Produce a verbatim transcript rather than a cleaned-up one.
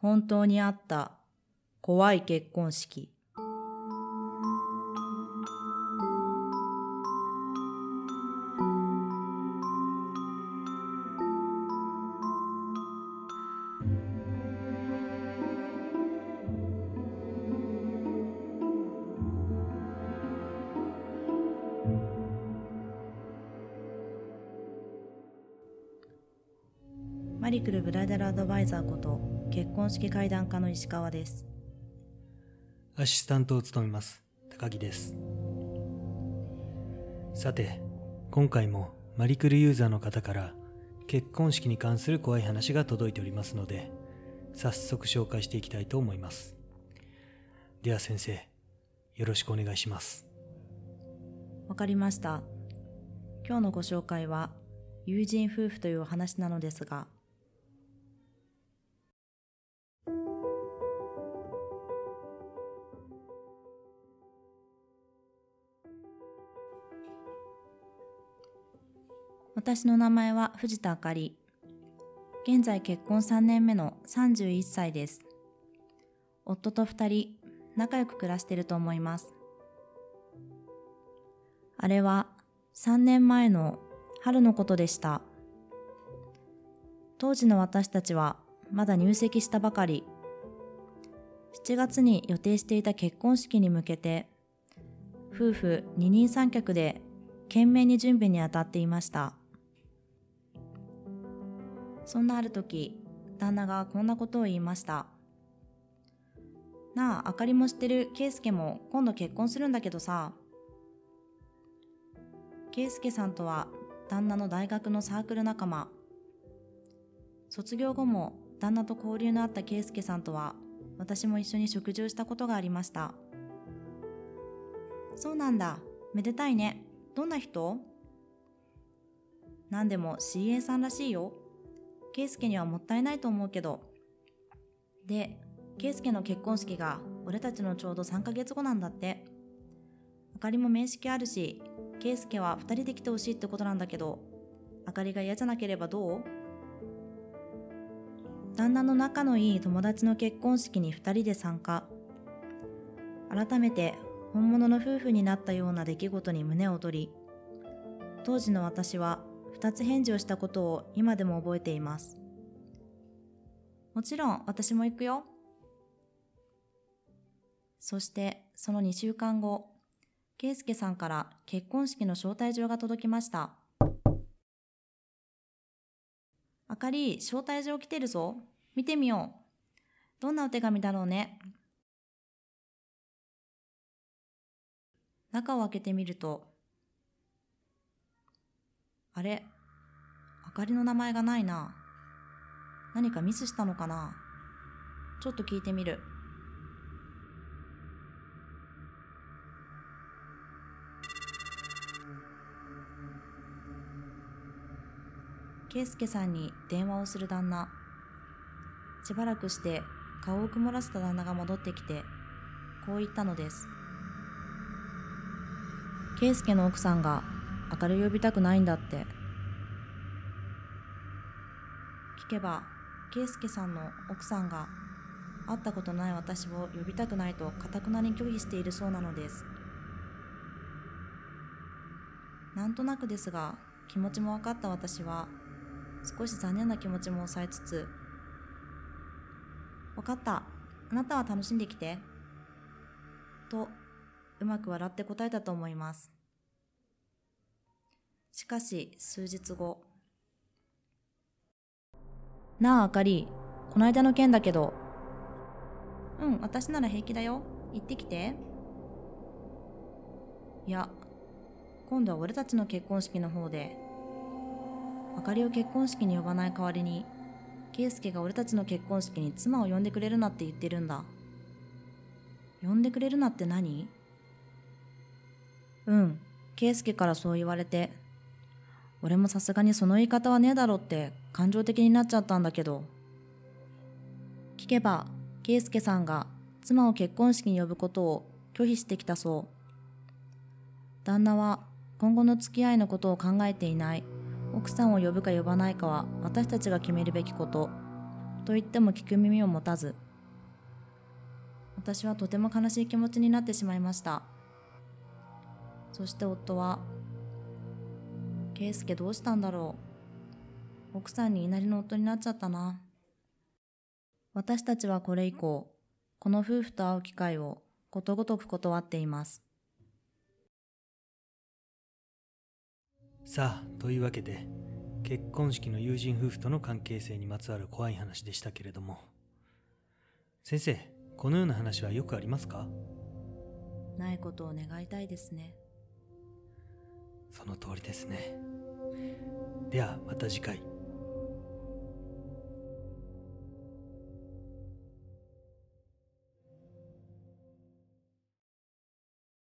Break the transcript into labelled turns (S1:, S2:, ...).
S1: 本当にあった怖い結婚式。マリクルブライダルアドバイザーこと結婚式会談家の石川です。
S2: アシスタントを務めます高木です。さて、今回もマリクルユーザーの方から結婚式に関する怖い話が届いておりますので、早速紹介していきたいと思います。では先生、よろしくお願いします。
S1: わかりました。今日のご紹介は友人夫婦というお話なのですが、私の名前は藤田あかり。現在結婚さんねんめのさんじゅういっさいです。夫とふたり仲良く暮らしていると思います。あれはさんねんまえの春のことでした。当時の私たちはまだ入籍したばかり。しちがつに予定していた結婚式に向けて、夫婦二人三脚で懸命に準備に当たっていました。そんなある時、旦那がこんなことを言いました。なあ、あかりも知ってる圭介も今度結婚するんだけどさ。圭介さんとは旦那の大学のサークル仲間。卒業後も旦那と交流のあった圭介さんとは私も一緒に食事をしたことがありました。そうなんだ、めでたいね。どんな人？なんでも シーエー さんらしいよ。圭介にはもったいないと思うけど。で、圭介の結婚式が俺たちのちょうどさんかげつごなんだって。あかりも面識あるし、圭介はふたりで来てほしいってことなんだけど、あかりが嫌じゃなければどう？旦那の仲のいい友達の結婚式にふたりで参加。改めて本物の夫婦になったような出来事に胸を取り、当時の私はふたつ返事をしたことを今でも覚えています。もちろん私も行くよ。そしてそのにしゅうかんご、圭介さんから結婚式の招待状が届きました。あかり、招待状来てるぞ。見てみよう。どんなお手紙だろうね。中を開けてみると、あれ、あかりの名前がないな。何かミスしたのかな。ちょっと聞いてみる。圭介さんに電話をする旦那。しばらくして顔を曇らせた旦那が戻ってきて、こう言ったのです。圭介の奥さんがあかりを呼びたくないんだって。聞けば、圭介さんの奥さんが会ったことない私を呼びたくないと堅くなに拒否しているそうなのです。なんとなくですが、気持ちも分かった私は少し残念な気持ちも抑えつつ、分かった、あなたは楽しんできてとうまく笑って答えたと思います。しかし数日後、なああかり、この間の件だけど。うん、私なら平気だよ。行ってきて。いや、今度は俺たちの結婚式の方で、あかりを結婚式に呼ばない代わりに、圭介が俺たちの結婚式に妻を呼んでくれるなって言ってるんだ。呼んでくれるなって何？うん、圭介からそう言われて、俺もさすがにその言い方はねえだろって感情的になっちゃったんだけど。聞けば、圭介さんが妻を結婚式に呼ぶことを拒否してきたそう。旦那は今後の付き合いのことを考えていない。奥さんを呼ぶか呼ばないかは私たちが決めるべきこと。 と言っても聞く耳を持たず、私はとても悲しい気持ちになってしまいました。そして夫は、圭介どうしたんだろう。奥さんに言いなりの夫になっちゃったな。私たちはこれ以降、この夫婦と会う機会をことごとく断っています。
S2: さあ、というわけで、結婚式の友人夫婦との関係性にまつわる怖い話でしたけれども、先生、このような話はよくありますか？
S1: ないことを願いたいですね。
S2: その通りですね。ではまた次回。